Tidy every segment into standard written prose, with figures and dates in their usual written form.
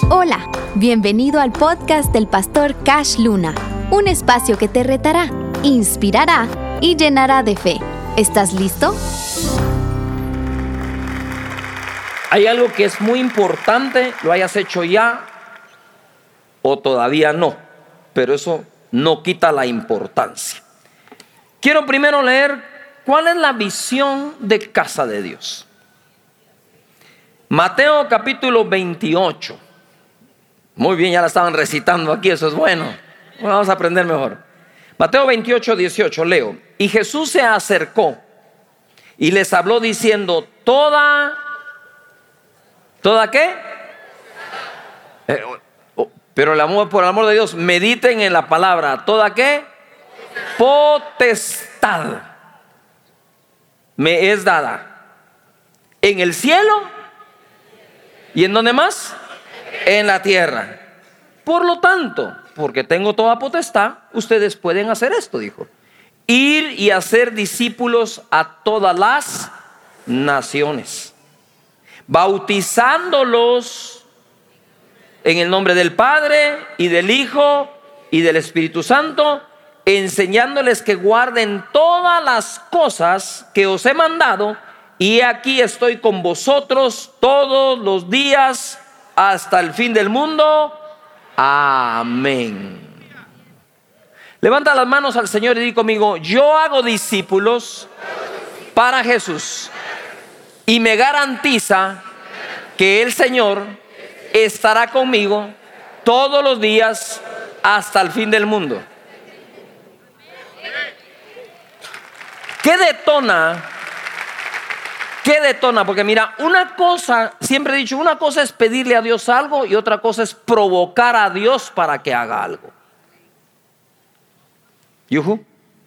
Hola, bienvenido al podcast del pastor Cash Luna, un espacio que te retará, inspirará y llenará de fe. ¿Estás listo? Hay algo que es muy importante, lo hayas hecho ya o todavía no, pero eso no quita la importancia. Quiero primero leer cuál es la visión de casa de Dios. Mateo capítulo 28. Muy bien, ya la estaban recitando aquí, eso es bueno. Vamos a aprender mejor. Mateo 28, 18, leo. Y Jesús se acercó y les habló diciendo, ¿Toda qué? Pero por el amor de Dios, mediten en la palabra. ¿Toda qué? Potestad me es dada en el cielo y en ¿dónde más? En la tierra. Por lo tanto, porque tengo toda potestad, ustedes pueden hacer esto, dijo. Ir y hacer discípulos a todas las naciones, bautizándolos en el nombre del Padre y del Hijo y del Espíritu Santo, enseñándoles que guarden todas las cosas que os he mandado, y aquí estoy con vosotros todos los días hasta el fin del mundo. Amén. Levanta las manos al Señor y di conmigo: yo hago discípulos para Jesús, y me garantiza que el Señor estará conmigo todos los días hasta el fin del mundo. ¿Qué detona? Porque mira, una cosa, siempre he dicho, una cosa es pedirle a Dios algo y otra cosa es provocar a Dios para que haga algo. ¿Yuhu?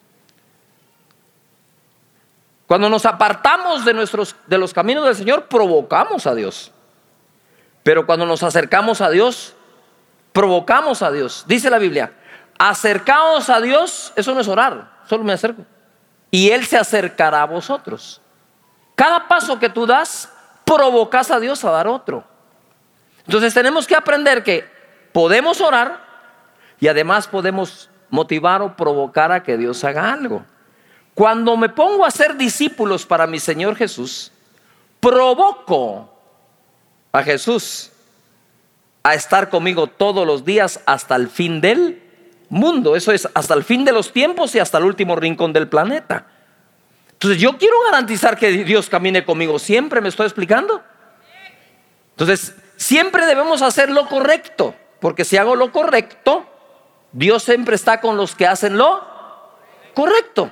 Cuando nos apartamos de los caminos del Señor, provocamos a Dios. Pero cuando nos acercamos a Dios, provocamos a Dios. Dice la Biblia, acercaos a Dios, eso no es orar, solo me acerco, y Él se acercará a vosotros. Cada paso que tú das, provocas a Dios a dar otro. Entonces tenemos que aprender que podemos orar y además podemos motivar o provocar a que Dios haga algo. Cuando me pongo a hacer discípulos para mi Señor Jesús, provoco a Jesús a estar conmigo todos los días hasta el fin del mundo. Eso es, hasta el fin de los tiempos y hasta el último rincón del planeta. Entonces yo quiero garantizar que Dios camine conmigo siempre. ¿Me estoy explicando? Entonces siempre debemos hacer lo correcto, porque si hago lo correcto, Dios siempre está con los que hacen lo correcto.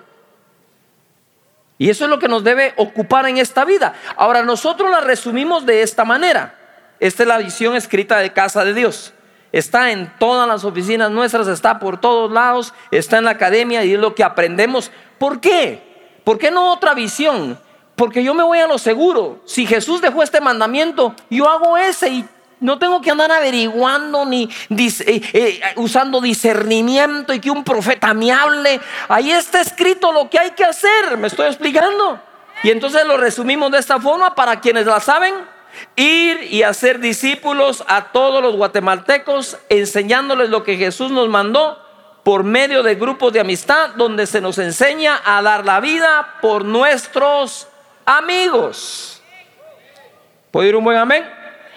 Y eso es lo que nos debe ocupar en esta vida. Ahora nosotros la resumimos de esta manera. Esta es la visión escrita de casa de Dios. Está en todas las oficinas nuestras, está por todos lados, está en la academia y es lo que aprendemos. ¿Por qué? ¿Por qué no otra visión? Porque yo me voy a lo seguro. Si Jesús dejó este mandamiento, yo hago ese y no tengo que andar averiguando ni usando discernimiento y que un profeta me hable. Ahí está escrito lo que hay que hacer. ¿Me estoy explicando? Y entonces lo resumimos de esta forma para quienes la saben: ir y hacer discípulos a todos los guatemaltecos, enseñándoles lo que Jesús nos mandó por medio de grupos de amistad donde se nos enseña a dar la vida por nuestros amigos. ¿Puedo oír un buen amén?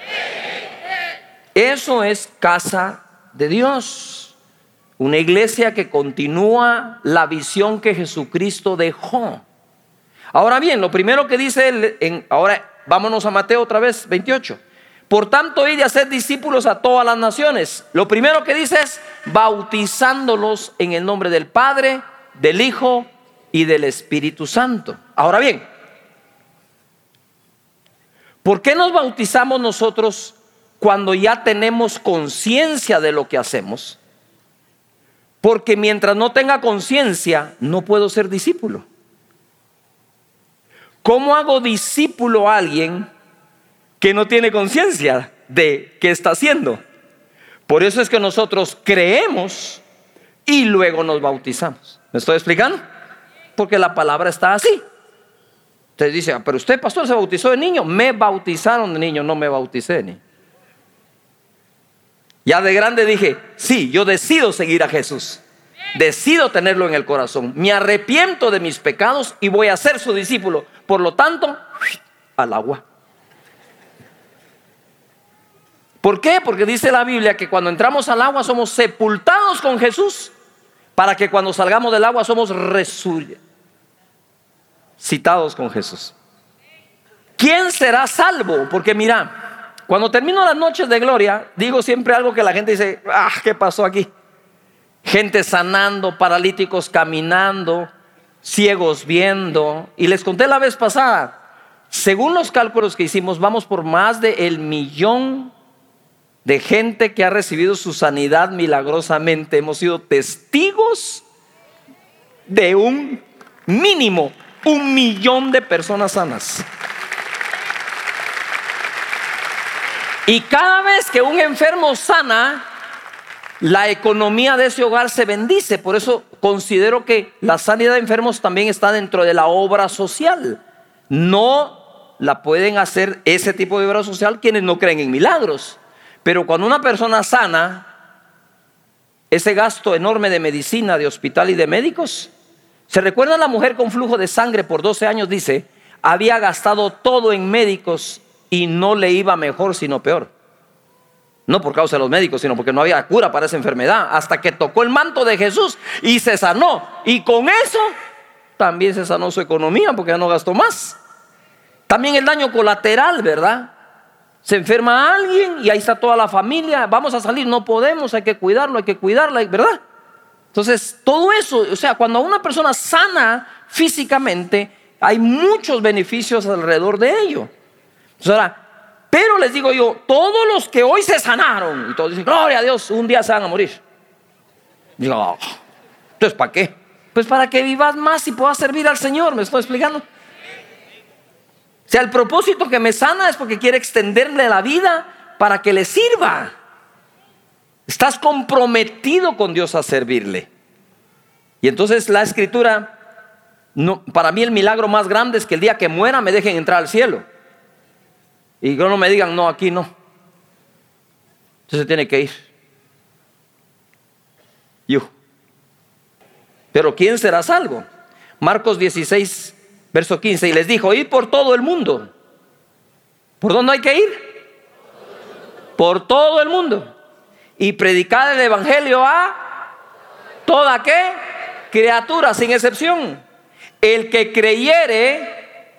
Eso es casa de Dios, una iglesia que continúa la visión que Jesucristo dejó. Ahora bien, lo primero que dice ahora vámonos a Mateo otra vez, 28. Por tanto, id y hacer discípulos a todas las naciones. Lo primero que dice es bautizándolos en el nombre del Padre, del Hijo y del Espíritu Santo. Ahora bien, ¿por qué nos bautizamos nosotros cuando ya tenemos conciencia de lo que hacemos? Porque mientras no tenga conciencia, no puedo ser discípulo. ¿Cómo hago discípulo a alguien que no tiene conciencia de qué está haciendo? Por eso es que nosotros creemos y luego nos bautizamos. ¿Me estoy explicando? Porque la palabra está así. Usted dice, pero usted, pastor, se bautizó de niño. Me bautizaron de niño, no me bauticé ni. Ya de grande dije, sí, yo decido seguir a Jesús. Decido tenerlo en el corazón. Me arrepiento de mis pecados y voy a ser su discípulo. Por lo tanto, al agua. ¿Por qué? Porque dice la Biblia que cuando entramos al agua somos sepultados con Jesús, para que cuando salgamos del agua somos resucitados con Jesús. ¿Quién será salvo? Porque mira, cuando termino las noches de gloria, digo siempre algo que la gente dice, ¿qué pasó aquí? Gente sanando, paralíticos caminando, ciegos viendo. Y les conté la vez pasada, según los cálculos que hicimos, vamos por más de 1 millón de gente que ha recibido su sanidad milagrosamente. Hemos sido testigos de un mínimo 1 millón de personas sanas. Y cada vez que un enfermo sana, la economía de ese hogar se bendice. Por eso considero que la sanidad de enfermos también está dentro de la obra social. No la pueden hacer ese tipo de obra social quienes no creen en milagros. Pero cuando una persona sana, ese gasto enorme de medicina, de hospital y de médicos. ¿Se recuerdan la mujer con flujo de sangre por 12 años? Dice, había gastado todo en médicos y no le iba mejor sino peor. No por causa de los médicos, sino porque no había cura para esa enfermedad. Hasta que tocó el manto de Jesús y se sanó. Y con eso también se sanó su economía, porque ya no gastó más. También el daño colateral, ¿verdad? Se enferma alguien y ahí está toda la familia. Vamos a salir, no podemos, hay que cuidarlo, hay que cuidarla, ¿verdad? Entonces todo eso, o sea, cuando una persona sana físicamente, hay muchos beneficios alrededor de ello. Entonces, ahora, pero les digo yo, todos los que hoy se sanaron, y todos dicen, gloria a Dios, un día se van a morir. Digo, entonces ¿para qué? Pues para que vivas más y puedas servir al Señor. ¿Me estoy explicando? O sea, el propósito que me sana es porque quiere extenderle la vida para que le sirva. Estás comprometido con Dios a servirle. Y entonces la Escritura, no, para mí el milagro más grande es que el día que muera me dejen entrar al cielo. Y que no me digan, no, aquí no. Entonces tiene que ir. Pero ¿quién será salvo? Marcos 16, verso 15. Y les dijo, id por todo el mundo. ¿Por dónde hay que ir? Por todo el mundo. Y predicad el evangelio a toda ¿qué? Criatura, sin excepción. El que creyere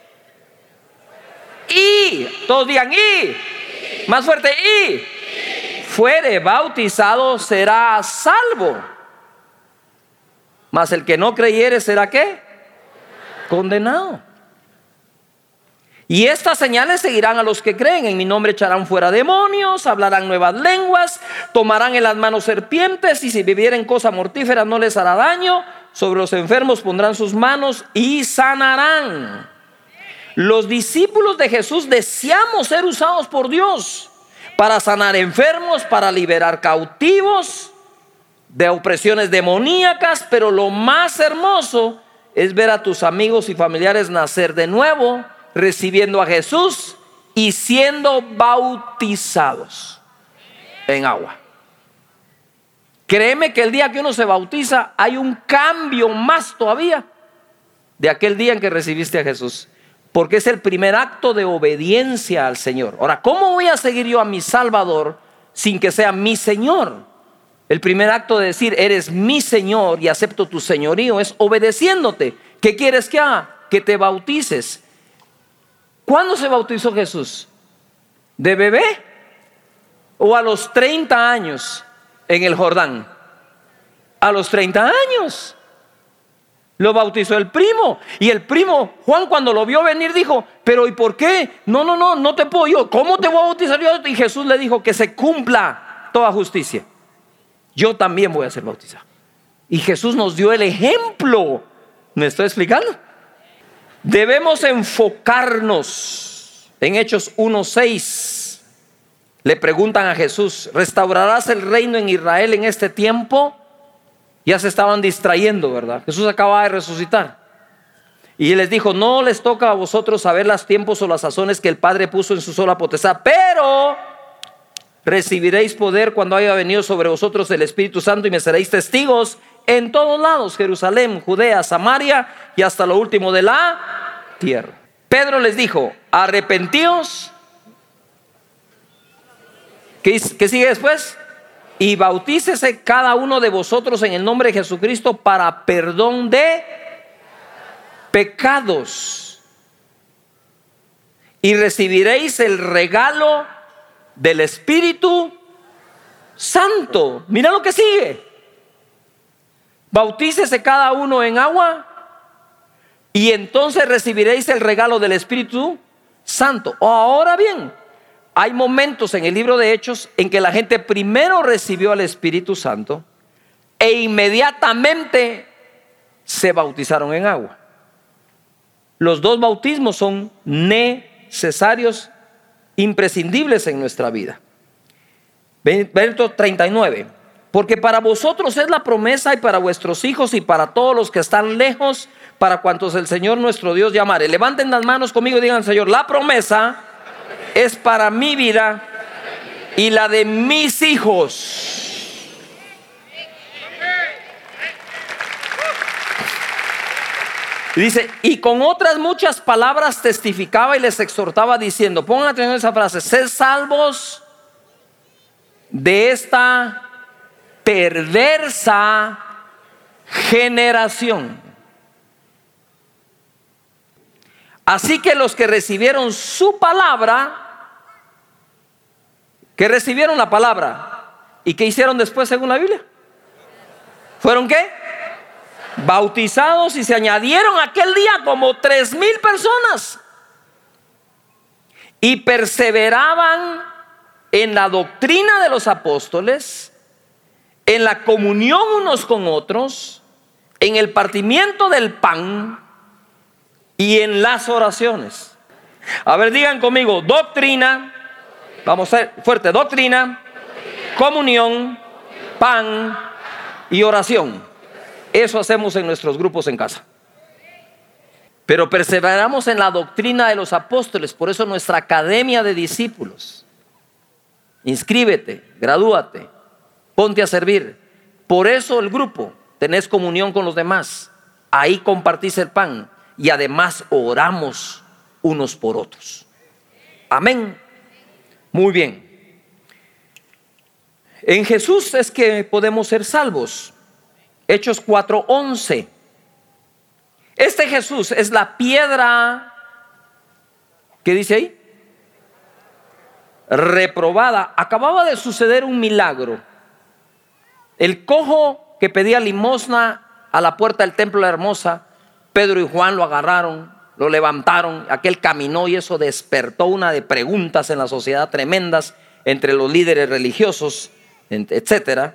y, todos digan y, más fuerte y, fuere bautizado será salvo. Mas el que no creyere será ¿qué? Condenado. Y estas señales seguirán a los que creen. En mi nombre echarán fuera demonios, hablarán nuevas lenguas, tomarán en las manos serpientes, y si bebieren cosa mortífera no les hará daño. Sobre los enfermos pondrán sus manos y sanarán. Los discípulos de Jesús deseamos ser usados por Dios para sanar enfermos, para liberar cautivos de opresiones demoníacas. Pero lo más hermoso es ver a tus amigos y familiares nacer de nuevo, recibiendo a Jesús y siendo bautizados en agua. Créeme que el día que uno se bautiza hay un cambio más todavía de aquel día en que recibiste a Jesús, porque es el primer acto de obediencia al Señor. Ahora, ¿cómo voy a seguir yo a mi Salvador sin que sea mi Señor? El primer acto de decir eres mi Señor y acepto tu señorío es obedeciéndote. ¿Qué quieres que haga? Que te bautices. ¿Cuándo se bautizó Jesús? ¿De bebé? ¿O a los 30 años en el Jordán? A los 30 años. Lo bautizó el primo. Y el primo, Juan, cuando lo vio venir dijo, pero ¿y por qué? No te puedo yo. ¿Cómo te voy a bautizar yo? Y Jesús le dijo que se cumpla toda justicia. Yo también voy a ser bautizado. Y Jesús nos dio el ejemplo. ¿Me estoy explicando? Debemos enfocarnos. En Hechos 1:6 le preguntan a Jesús, ¿restaurarás el reino en Israel en este tiempo? Ya se estaban distrayendo, ¿verdad? Jesús acaba de resucitar. Y les dijo, no les toca a vosotros saber los tiempos o las sazones que el Padre puso en su sola potestad, pero recibiréis poder cuando haya venido sobre vosotros el Espíritu Santo y me seréis testigos en todos lados, Jerusalén, Judea, Samaria y hasta lo último de la tierra. Pedro les dijo: arrepentíos. ¿Qué sigue después? Y bautícese cada uno de vosotros en el nombre de Jesucristo para perdón de pecados, y recibiréis el regalo del Espíritu Santo. Mira lo que sigue: bautícese cada uno en agua y entonces recibiréis el regalo del Espíritu Santo. Ahora bien, hay momentos en el libro de Hechos en que la gente primero recibió al Espíritu Santo e inmediatamente se bautizaron en agua. Los dos bautismos son necesarios, imprescindibles en nuestra vida. Verso 39. Porque para vosotros es la promesa, y para vuestros hijos y para todos los que están lejos, para cuantos el Señor nuestro Dios llamare. Levanten las manos conmigo y digan: Señor, la promesa es para mi vida y la de mis hijos. Y dice: y con otras muchas palabras testificaba y les exhortaba diciendo, pongan atención a esa frase: sed salvos de esta perversa generación. Así que los que recibieron su palabra, que recibieron la palabra, ¿y qué hicieron después según la Biblia? ¿Fueron qué? Bautizados, y se añadieron aquel día como 3,000 personas. Y perseveraban en la doctrina de los apóstoles, en la comunión unos con otros, en el partimiento del pan y en las oraciones. A ver, digan conmigo: doctrina. Vamos a ser fuerte: doctrina, comunión, pan y oración. Eso hacemos en nuestros grupos en casa. Pero perseveramos en la doctrina de los apóstoles. Por eso nuestra academia de discípulos. Inscríbete, gradúate, ponte a servir. Por eso el grupo, tenés comunión con los demás. Ahí compartís el pan. Y además oramos unos por otros. Amén. Muy bien. En Jesús es que podemos ser salvos. Hechos 4:11. Este Jesús es la piedra, ¿qué dice ahí? Reprobada. Acababa de suceder un milagro. El cojo que pedía limosna a la puerta del templo de la Hermosa, Pedro y Juan lo agarraron, lo levantaron, aquel caminó, y eso despertó una de preguntas en la sociedad tremendas entre los líderes religiosos, etcétera.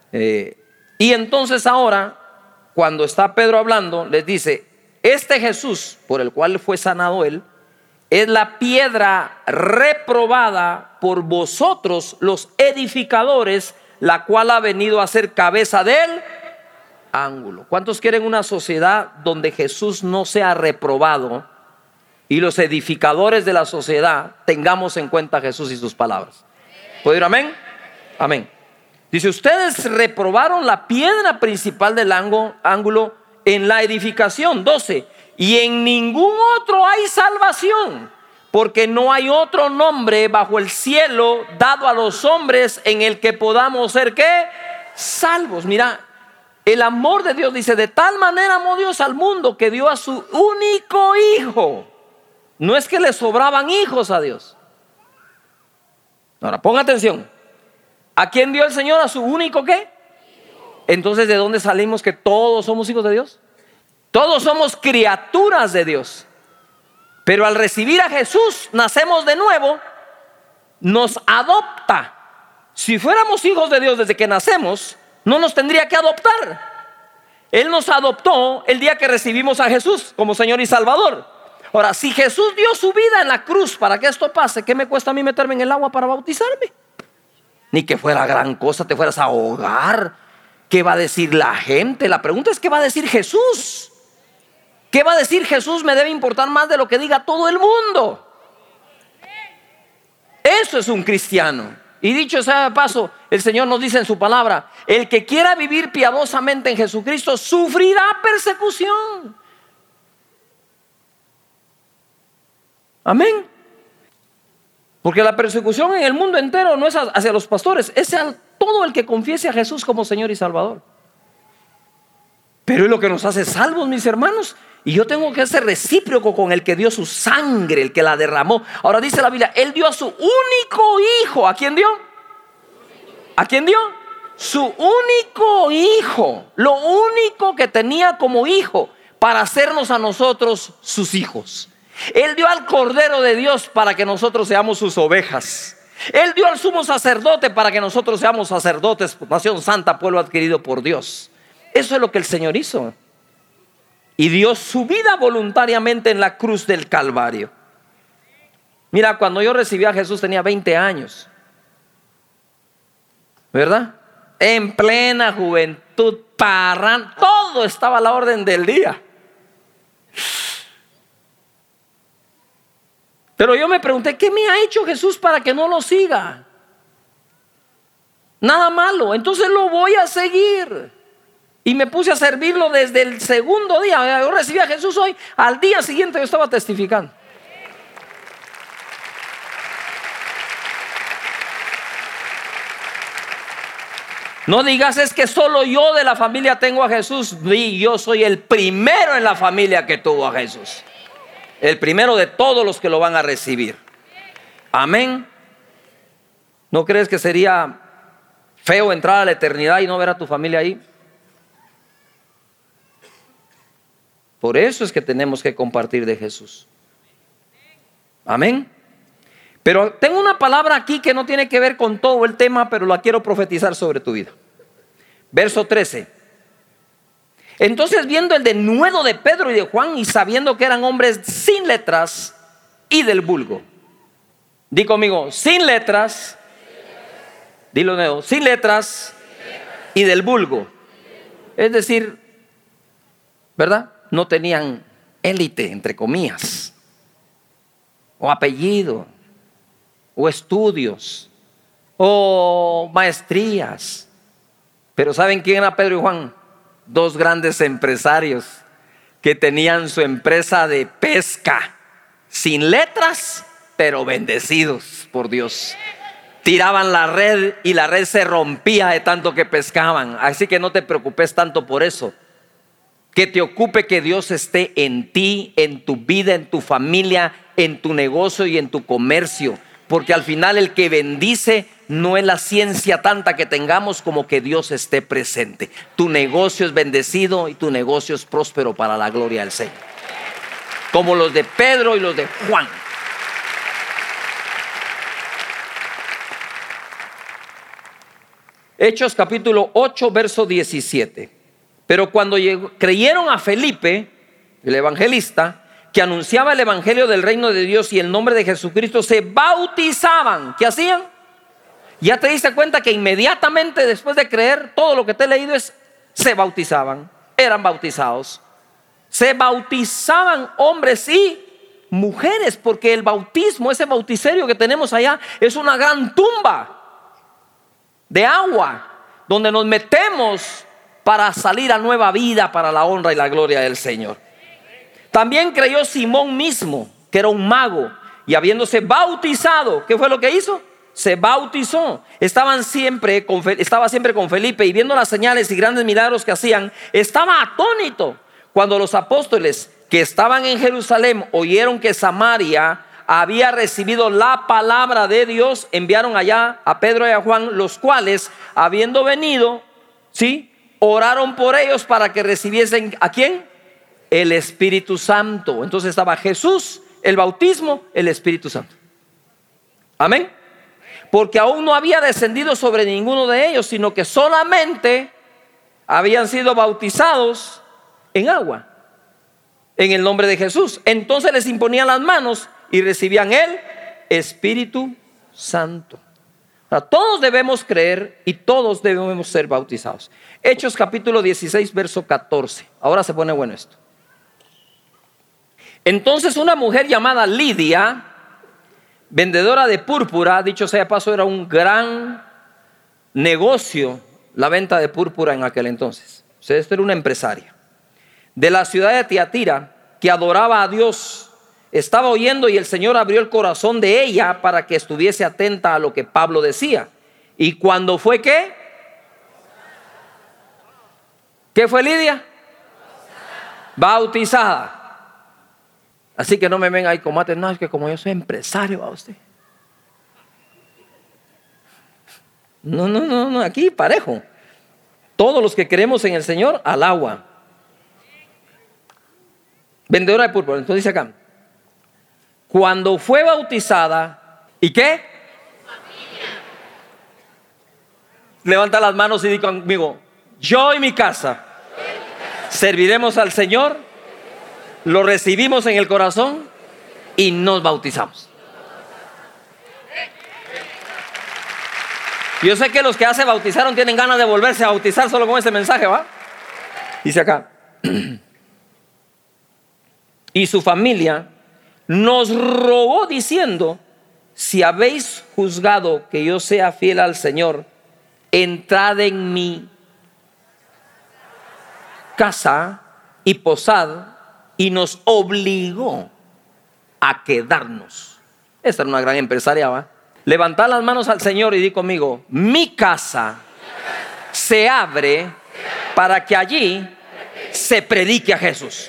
Y entonces ahora, cuando está Pedro hablando, les dice: este Jesús por el cual fue sanado él, es la piedra reprobada por vosotros los edificadores, la cual ha venido a ser cabeza del ángulo. ¿Cuántos quieren una sociedad donde Jesús no sea reprobado y los edificadores de la sociedad tengamos en cuenta a Jesús y sus palabras? ¿Puedo ir amén? Amén. Dice: ustedes reprobaron la piedra principal del ángulo en la edificación. 12. Y en ningún otro hay salvación, porque no hay otro nombre bajo el cielo dado a los hombres en el que podamos ser ¿qué? Salvos. Mira, el amor de Dios dice: de tal manera amó Dios al mundo que dio a su único hijo. No es que le sobraban hijos a Dios. Ahora ponga atención: ¿a quién dio el Señor? A su único ¿qué? Entonces, ¿de dónde salimos que todos somos hijos de Dios? Todos somos criaturas de Dios. Pero al recibir a Jesús, nacemos de nuevo, nos adopta. Si fuéramos hijos de Dios desde que nacemos, no nos tendría que adoptar. Él nos adoptó el día que recibimos a Jesús como Señor y Salvador. Ahora, si Jesús dio su vida en la cruz para que esto pase, ¿qué me cuesta a mí meterme en el agua para bautizarme? Ni que fuera gran cosa, te fueras a ahogar. ¿Qué va a decir la gente? La pregunta es: ¿qué va a decir Jesús? ¿Qué va a decir Jesús? Me debe importar más de lo que diga todo el mundo. Eso es un cristiano. Y dicho sea de paso, el Señor nos dice en su palabra: el que quiera vivir piadosamente en Jesucristo sufrirá persecución. Amén. Porque la persecución en el mundo entero no es hacia los pastores, es a todo el que confiese a Jesús como Señor y Salvador. Pero es lo que nos hace salvos, mis hermanos. Y yo tengo que ser recíproco con el que dio su sangre, el que la derramó. Ahora dice la Biblia, Él dio a su único hijo. ¿A quién dio? ¿A quién dio? Su único hijo. Lo único que tenía como hijo para hacernos a nosotros sus hijos. Él dio al Cordero de Dios para que nosotros seamos sus ovejas. Él dio al sumo sacerdote para que nosotros seamos sacerdotes, nación santa, pueblo adquirido por Dios. Eso es lo que el Señor hizo. Y dio su vida voluntariamente en la cruz del Calvario. Mira, cuando yo recibí a Jesús tenía 20 años. ¿Verdad? En plena juventud, todo estaba a la orden del día. Pero yo me pregunté, ¿qué me ha hecho Jesús para que no lo siga? Nada malo, entonces lo voy a seguir. Y me puse a servirlo desde el segundo día. Yo recibí a Jesús hoy, al día siguiente yo estaba testificando. No digas, es que solo yo de la familia tengo a Jesús. Y yo soy el primero en la familia que tuvo a Jesús. El primero de todos los que lo van a recibir. Amén. ¿No crees que sería feo entrar a la eternidad y no ver a tu familia ahí? Por eso es que tenemos que compartir de Jesús. Amén. Pero tengo una palabra aquí que no tiene que ver con todo el tema, pero la quiero profetizar sobre tu vida. Verso 13. Entonces, viendo el denuedo de Pedro y de Juan, y sabiendo que eran hombres sin letras y del vulgo. Di conmigo, sin letras. Dilo de nuevo, sin letras y del vulgo. Es decir, ¿verdad? No tenían élite, entre comillas, o apellido, o estudios, o maestrías. Pero ¿saben quién era Pedro y Juan? Dos grandes empresarios que tenían su empresa de pesca, sin letras, pero bendecidos por Dios. Tiraban la red y la red se rompía de tanto que pescaban. Así que no te preocupes tanto por eso. Que te ocupe que Dios esté en ti, en tu vida, en tu familia, en tu negocio y en tu comercio. Porque al final el que bendice no es la ciencia tanta que tengamos como que Dios esté presente. Tu negocio es bendecido y tu negocio es próspero para la gloria del Señor. Como los de Pedro y los de Juan. Hechos capítulo 8, verso 17. Pero cuando creyeron a Felipe, el evangelista, que anunciaba el evangelio del reino de Dios y el nombre de Jesucristo, se bautizaban. ¿Qué hacían? Ya te diste cuenta que inmediatamente después de creer, todo lo que te he leído es, se bautizaban, eran bautizados. Se bautizaban hombres y mujeres, porque el bautismo, ese bauticerio que tenemos allá, es una gran tumba de agua, donde nos metemos para salir a nueva vida, para la honra y la gloria del Señor. También creyó Simón mismo, que era un mago, y habiéndose bautizado, ¿qué fue lo que hizo? Se bautizó. Estaba siempre con Felipe, y viendo las señales y grandes milagros que hacían, estaba atónito. Cuando los apóstoles que estaban en Jerusalén oyeron que Samaria había recibido la palabra de Dios, enviaron allá a Pedro y a Juan, los cuales, habiendo venido, ¿sí?, oraron por ellos para que recibiesen, ¿a quién? El Espíritu Santo. Entonces estaba Jesús, el bautismo, el Espíritu Santo. Amén. Porque aún no había descendido sobre ninguno de ellos, sino que solamente habían sido bautizados en agua, en el nombre de Jesús. Entonces les imponían las manos y recibían el Espíritu Santo. Todos debemos creer y todos debemos ser bautizados. Hechos capítulo 16, verso 14. Ahora se pone bueno esto. Entonces una mujer llamada Lidia, vendedora de púrpura. Dicho sea de paso, era un gran negocio la venta de púrpura en aquel entonces. O sea, esto era una empresaria de la ciudad de Tiatira que adoraba a Dios. Estaba oyendo y el Señor abrió el corazón de ella para que estuviese atenta a lo que Pablo decía. Y cuando fue ¿qué? ¿Qué fue Lidia? Bautizada. Así que no me ven ahí como maten. No, es que como yo soy empresario, va usted. No, aquí parejo. Todos los que creemos en el Señor, al agua. Vendedora de púrpura. Entonces dice acá, cuando fue bautizada, ¿y qué? Levanta las manos y di conmigo, yo y mi casa serviremos al Señor, lo recibimos en el corazón y nos bautizamos. Yo sé que los que ya se bautizaron tienen ganas de volverse a bautizar solo con ese mensaje, ¿va? Dice acá, y su familia nos rogó diciendo, si habéis juzgado que yo sea fiel al Señor, entrad en mi casa y posad, y nos obligó a quedarnos. Esta era una gran empresaria, ¿va? Levantad las manos al Señor y di conmigo, mi casa se abre para que allí se predique a Jesús.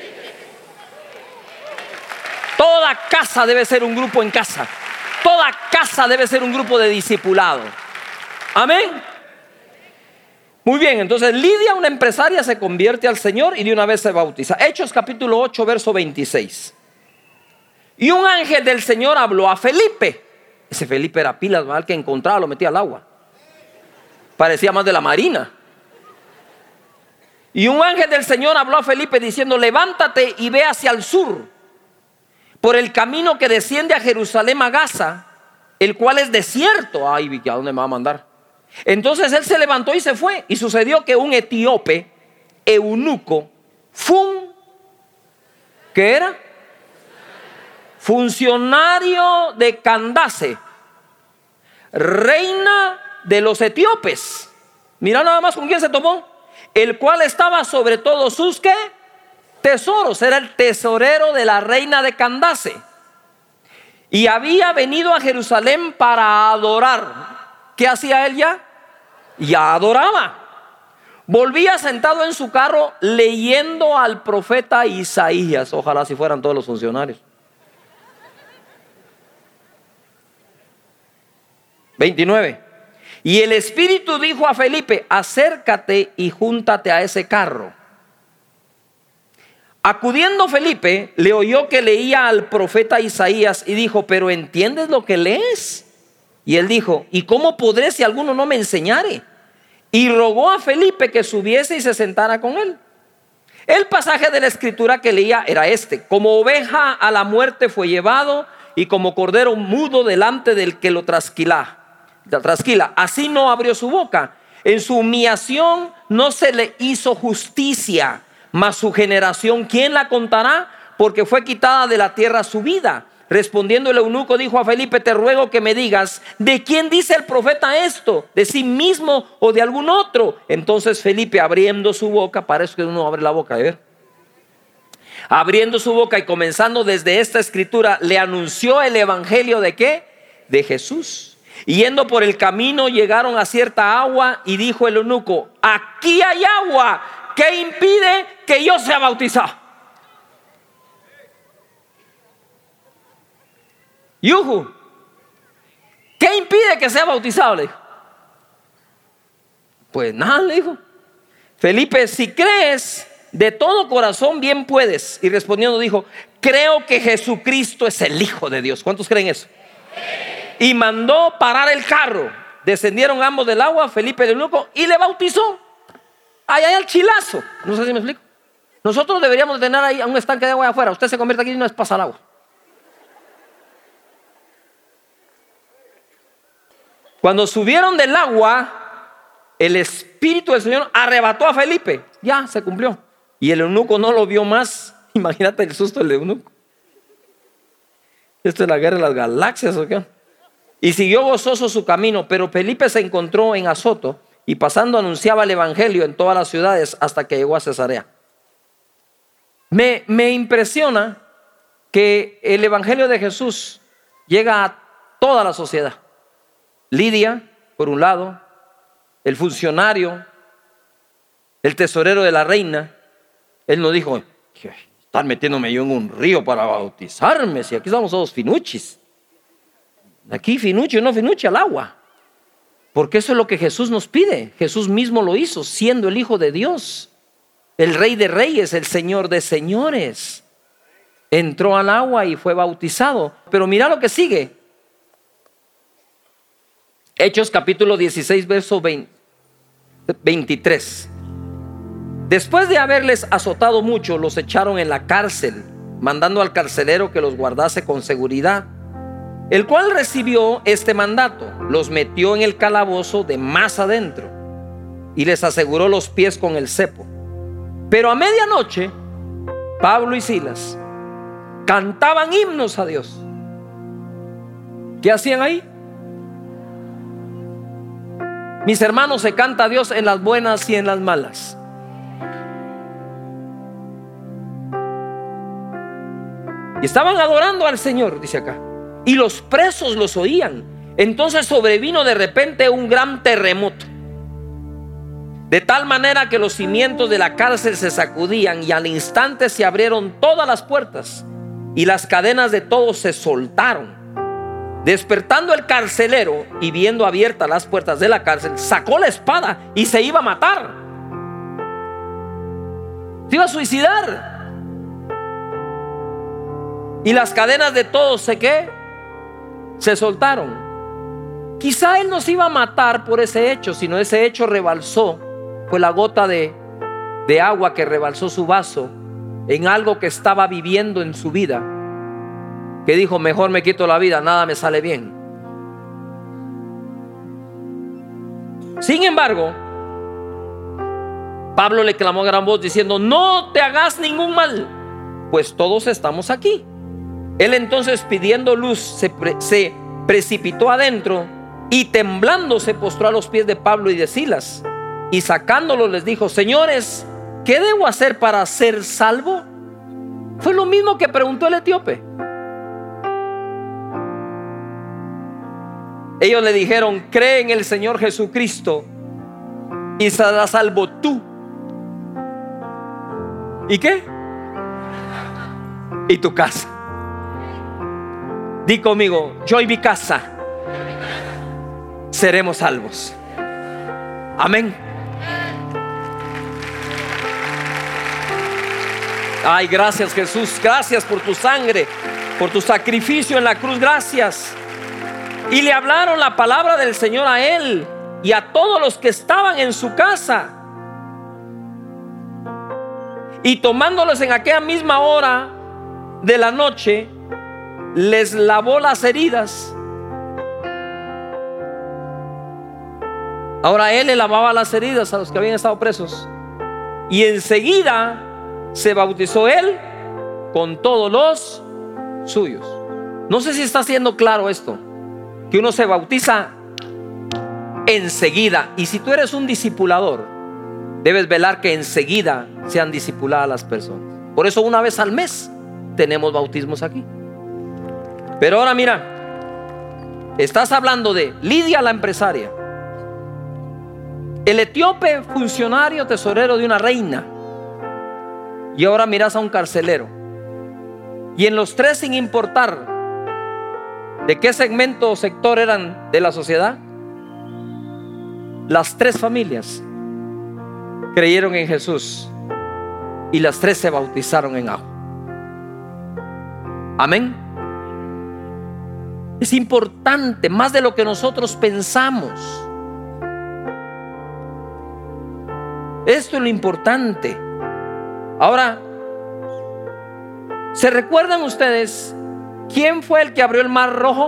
Toda casa debe ser un grupo en casa. Toda casa debe ser un grupo de discipulado. Amén. Muy bien, entonces Lidia, una empresaria, se convierte al Señor y de una vez se bautiza. Hechos capítulo 8, verso 26. Y un ángel del Señor habló a Felipe. Ese Felipe era pilas, ¿verdad? El que encontraba lo metía al agua. Parecía más de la marina. Y un ángel del Señor habló a Felipe diciendo, levántate y ve hacia el sur, por el camino que desciende a Jerusalén a Gaza, el cual es desierto. Ay, Vicky, ¿a dónde me va a mandar? Entonces él se levantó y se fue. Y sucedió que un etíope, eunuco, ¿qué era? Funcionario de Candace, reina de los etíopes. Mira nada más con quién se tomó. El cual estaba sobre todos sus ¿qué? Tesoros. Era el tesorero de la reina de Candace. Y había venido a Jerusalén para adorar. ¿Qué hacía él ya? Ya adoraba. Volvía sentado en su carro leyendo al profeta Isaías. Ojalá si fueran todos los funcionarios. 29. Y el Espíritu dijo a Felipe, acércate y júntate a ese carro. Acudiendo Felipe, le oyó que leía al profeta Isaías y dijo, pero ¿entiendes lo que lees? Y él dijo, ¿y cómo podré si alguno no me enseñare? Y rogó a Felipe que subiese y se sentara con él. El pasaje de la escritura que leía era este: como oveja a la muerte fue llevado, y como cordero mudo delante del que lo trasquila, así no abrió su boca. En su humillación no se le hizo justicia. Mas su generación, ¿quién la contará? Porque fue quitada de la tierra su vida. Respondiendo el eunuco dijo a Felipe, te ruego que me digas, ¿de quién dice el profeta esto? ¿De sí mismo o de algún otro? Entonces Felipe, abriendo su boca, para eso que uno abre la boca, abriendo su boca y comenzando desde esta escritura, le anunció el evangelio ¿de qué? De Jesús. Y yendo por el camino llegaron a cierta agua y dijo el eunuco, aquí hay agua, ¿qué impide que yo sea bautizado? Yuhu, ¿qué impide que sea bautizado? Le dijo. Pues nada, le dijo. Felipe, si crees de todo corazón, bien puedes. Y respondiendo dijo, creo que Jesucristo es el Hijo de Dios. ¿Cuántos creen eso? Y mandó parar el carro. Descendieron ambos del agua, Felipe el eunuco, y le bautizó. Allá al chilazo. No sé si me explico. Nosotros deberíamos tener ahí un estanque de agua afuera. Usted se convierte aquí y no es pasar agua. Cuando subieron del agua, el Espíritu del Señor arrebató a Felipe. Ya, se cumplió. Y el eunuco no lo vio más. Imagínate el susto del eunuco. Esto es la guerra de las galaxias, ¿o qué? Y siguió gozoso su camino, pero Felipe se encontró en Azoto y pasando anunciaba el evangelio en todas las ciudades hasta que llegó a Cesarea. Me impresiona que el evangelio de Jesús llega a toda la sociedad. Lidia, por un lado, el funcionario, el tesorero de la reina, él no dijo, estar metiéndome yo en un río para bautizarme, si aquí estamos todos finuchis. Aquí finuchi o no finuchi al agua. Porque eso es lo que Jesús nos pide. Jesús mismo lo hizo, siendo el Hijo de Dios, el Rey de Reyes, el Señor de Señores. Entró al agua y fue bautizado. Pero mira lo que sigue. Hechos capítulo 16, verso 23. Después de haberles azotado mucho, los echaron en la cárcel, mandando al carcelero que los guardase con seguridad, el cual recibió este mandato: los metió en el calabozo de más adentro y les aseguró los pies con el cepo. Pero a medianoche, Pablo y Silas cantaban himnos a Dios. ¿Qué hacían ahí? Mis hermanos, se canta a Dios en las buenas y en las malas. Y estaban adorando al Señor, dice acá, y los presos los oían. Entonces sobrevino de repente un gran terremoto, de tal manera que los cimientos de la cárcel se sacudían, y al instante se abrieron todas las puertas y las cadenas de todos se soltaron. Despertando el carcelero y viendo abiertas las puertas de la cárcel, sacó la espada y se iba a matar. Se iba a suicidar. Y las cadenas de todos se soltaron. Quizá él no se iba a matar por ese hecho, sino ese hecho rebalsó, fue la gota de agua que rebalsó su vaso en algo que estaba viviendo en su vida, que dijo: mejor me quito la vida, nada me sale bien. Sin embargo, Pablo le clamó a gran voz diciendo: no te hagas ningún mal, pues todos estamos aquí. Él entonces, pidiendo luz, se precipitó adentro y temblando se postró a los pies de Pablo y de Silas, y sacándolos les dijo: señores, ¿qué debo hacer para ser salvo? Fue lo mismo que preguntó el etíope. Ellos le dijeron: cree en el Señor Jesucristo y serás salvo tú. ¿Y qué? Y tu casa. Di conmigo: yo y mi casa seremos salvos. Amén. Ay, gracias Jesús, gracias por tu sangre, por tu sacrificio en la cruz, gracias. Y le hablaron la palabra del Señor a él y a todos los que estaban en su casa. Y tomándolos en aquella misma hora de la noche, les lavó las heridas. Ahora él le lavaba las heridas a los que habían estado presos. Y enseguida se bautizó él con todos los suyos. No sé si está siendo claro esto, que uno se bautiza enseguida. Y si tú eres un discipulador, debes velar que enseguida sean discipuladas las personas. Por eso una vez al mes tenemos bautismos aquí. Pero ahora mira, estás hablando de Lidia la empresaria, el etíope funcionario tesorero de una reina, y ahora miras a un carcelero. Y en los tres, sin importar de qué segmento o sector eran de la sociedad, las tres familias creyeron en Jesús y las tres se bautizaron en agua. Amén. Es importante, más de lo que nosotros pensamos. Esto es lo importante. Ahora, ¿se recuerdan ustedes quién fue el que abrió el mar rojo?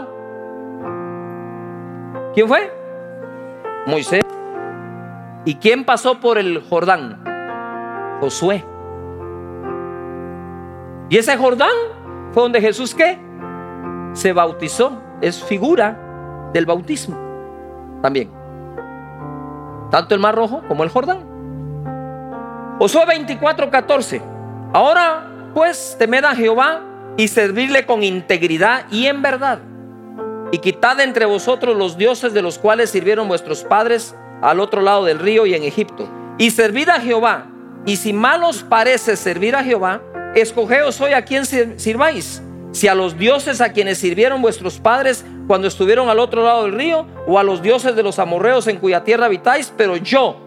¿Quién fue? Moisés. ¿Y quién pasó por el Jordán? Josué. Y ese Jordán fue donde Jesús, ¿qué? se bautizó. Es figura del bautismo también. Tanto el Mar Rojo como el Jordán. Josué 24:14. Ahora pues temed a Jehová y servirle con integridad y en verdad. Y quitad entre vosotros los dioses de los cuales sirvieron vuestros padres al otro lado del río y en Egipto. Y servid a Jehová. Y si mal os parece servir a Jehová, escogeos hoy a quién sirváis. Si a los dioses a quienes sirvieron vuestros padres cuando estuvieron al otro lado del río, o a los dioses de los amorreos en cuya tierra habitáis. Pero yo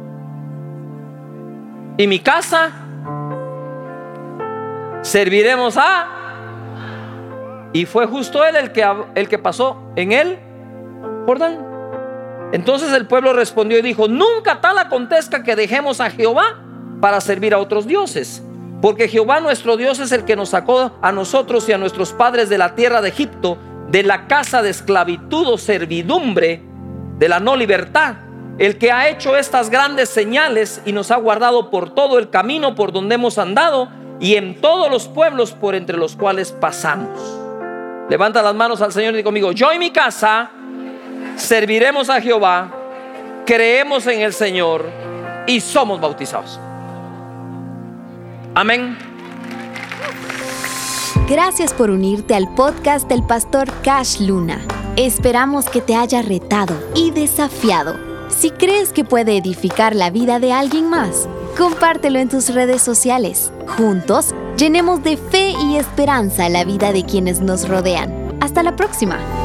y mi casa serviremos a... Y fue justo él el que pasó en el Jordán. Entonces el pueblo respondió y dijo: nunca tal acontezca que dejemos a Jehová para servir a otros dioses. Porque Jehová nuestro Dios es el que nos sacó a nosotros y a nuestros padres de la tierra de Egipto, de la casa de esclavitud o servidumbre, de la no libertad. El que ha hecho estas grandes señales y nos ha guardado por todo el camino por donde hemos andado y en todos los pueblos por entre los cuales pasamos. Levanta las manos al Señor y di conmigo: yo y mi casa serviremos a Jehová, creemos en el Señor y somos bautizados. Amén. Gracias por unirte al podcast del pastor Cash Luna. Esperamos que te haya retado y desafiado. Si crees que puede edificar la vida de alguien más, compártelo en tus redes sociales. Juntos, llenemos de fe y esperanza la vida de quienes nos rodean. Hasta la próxima.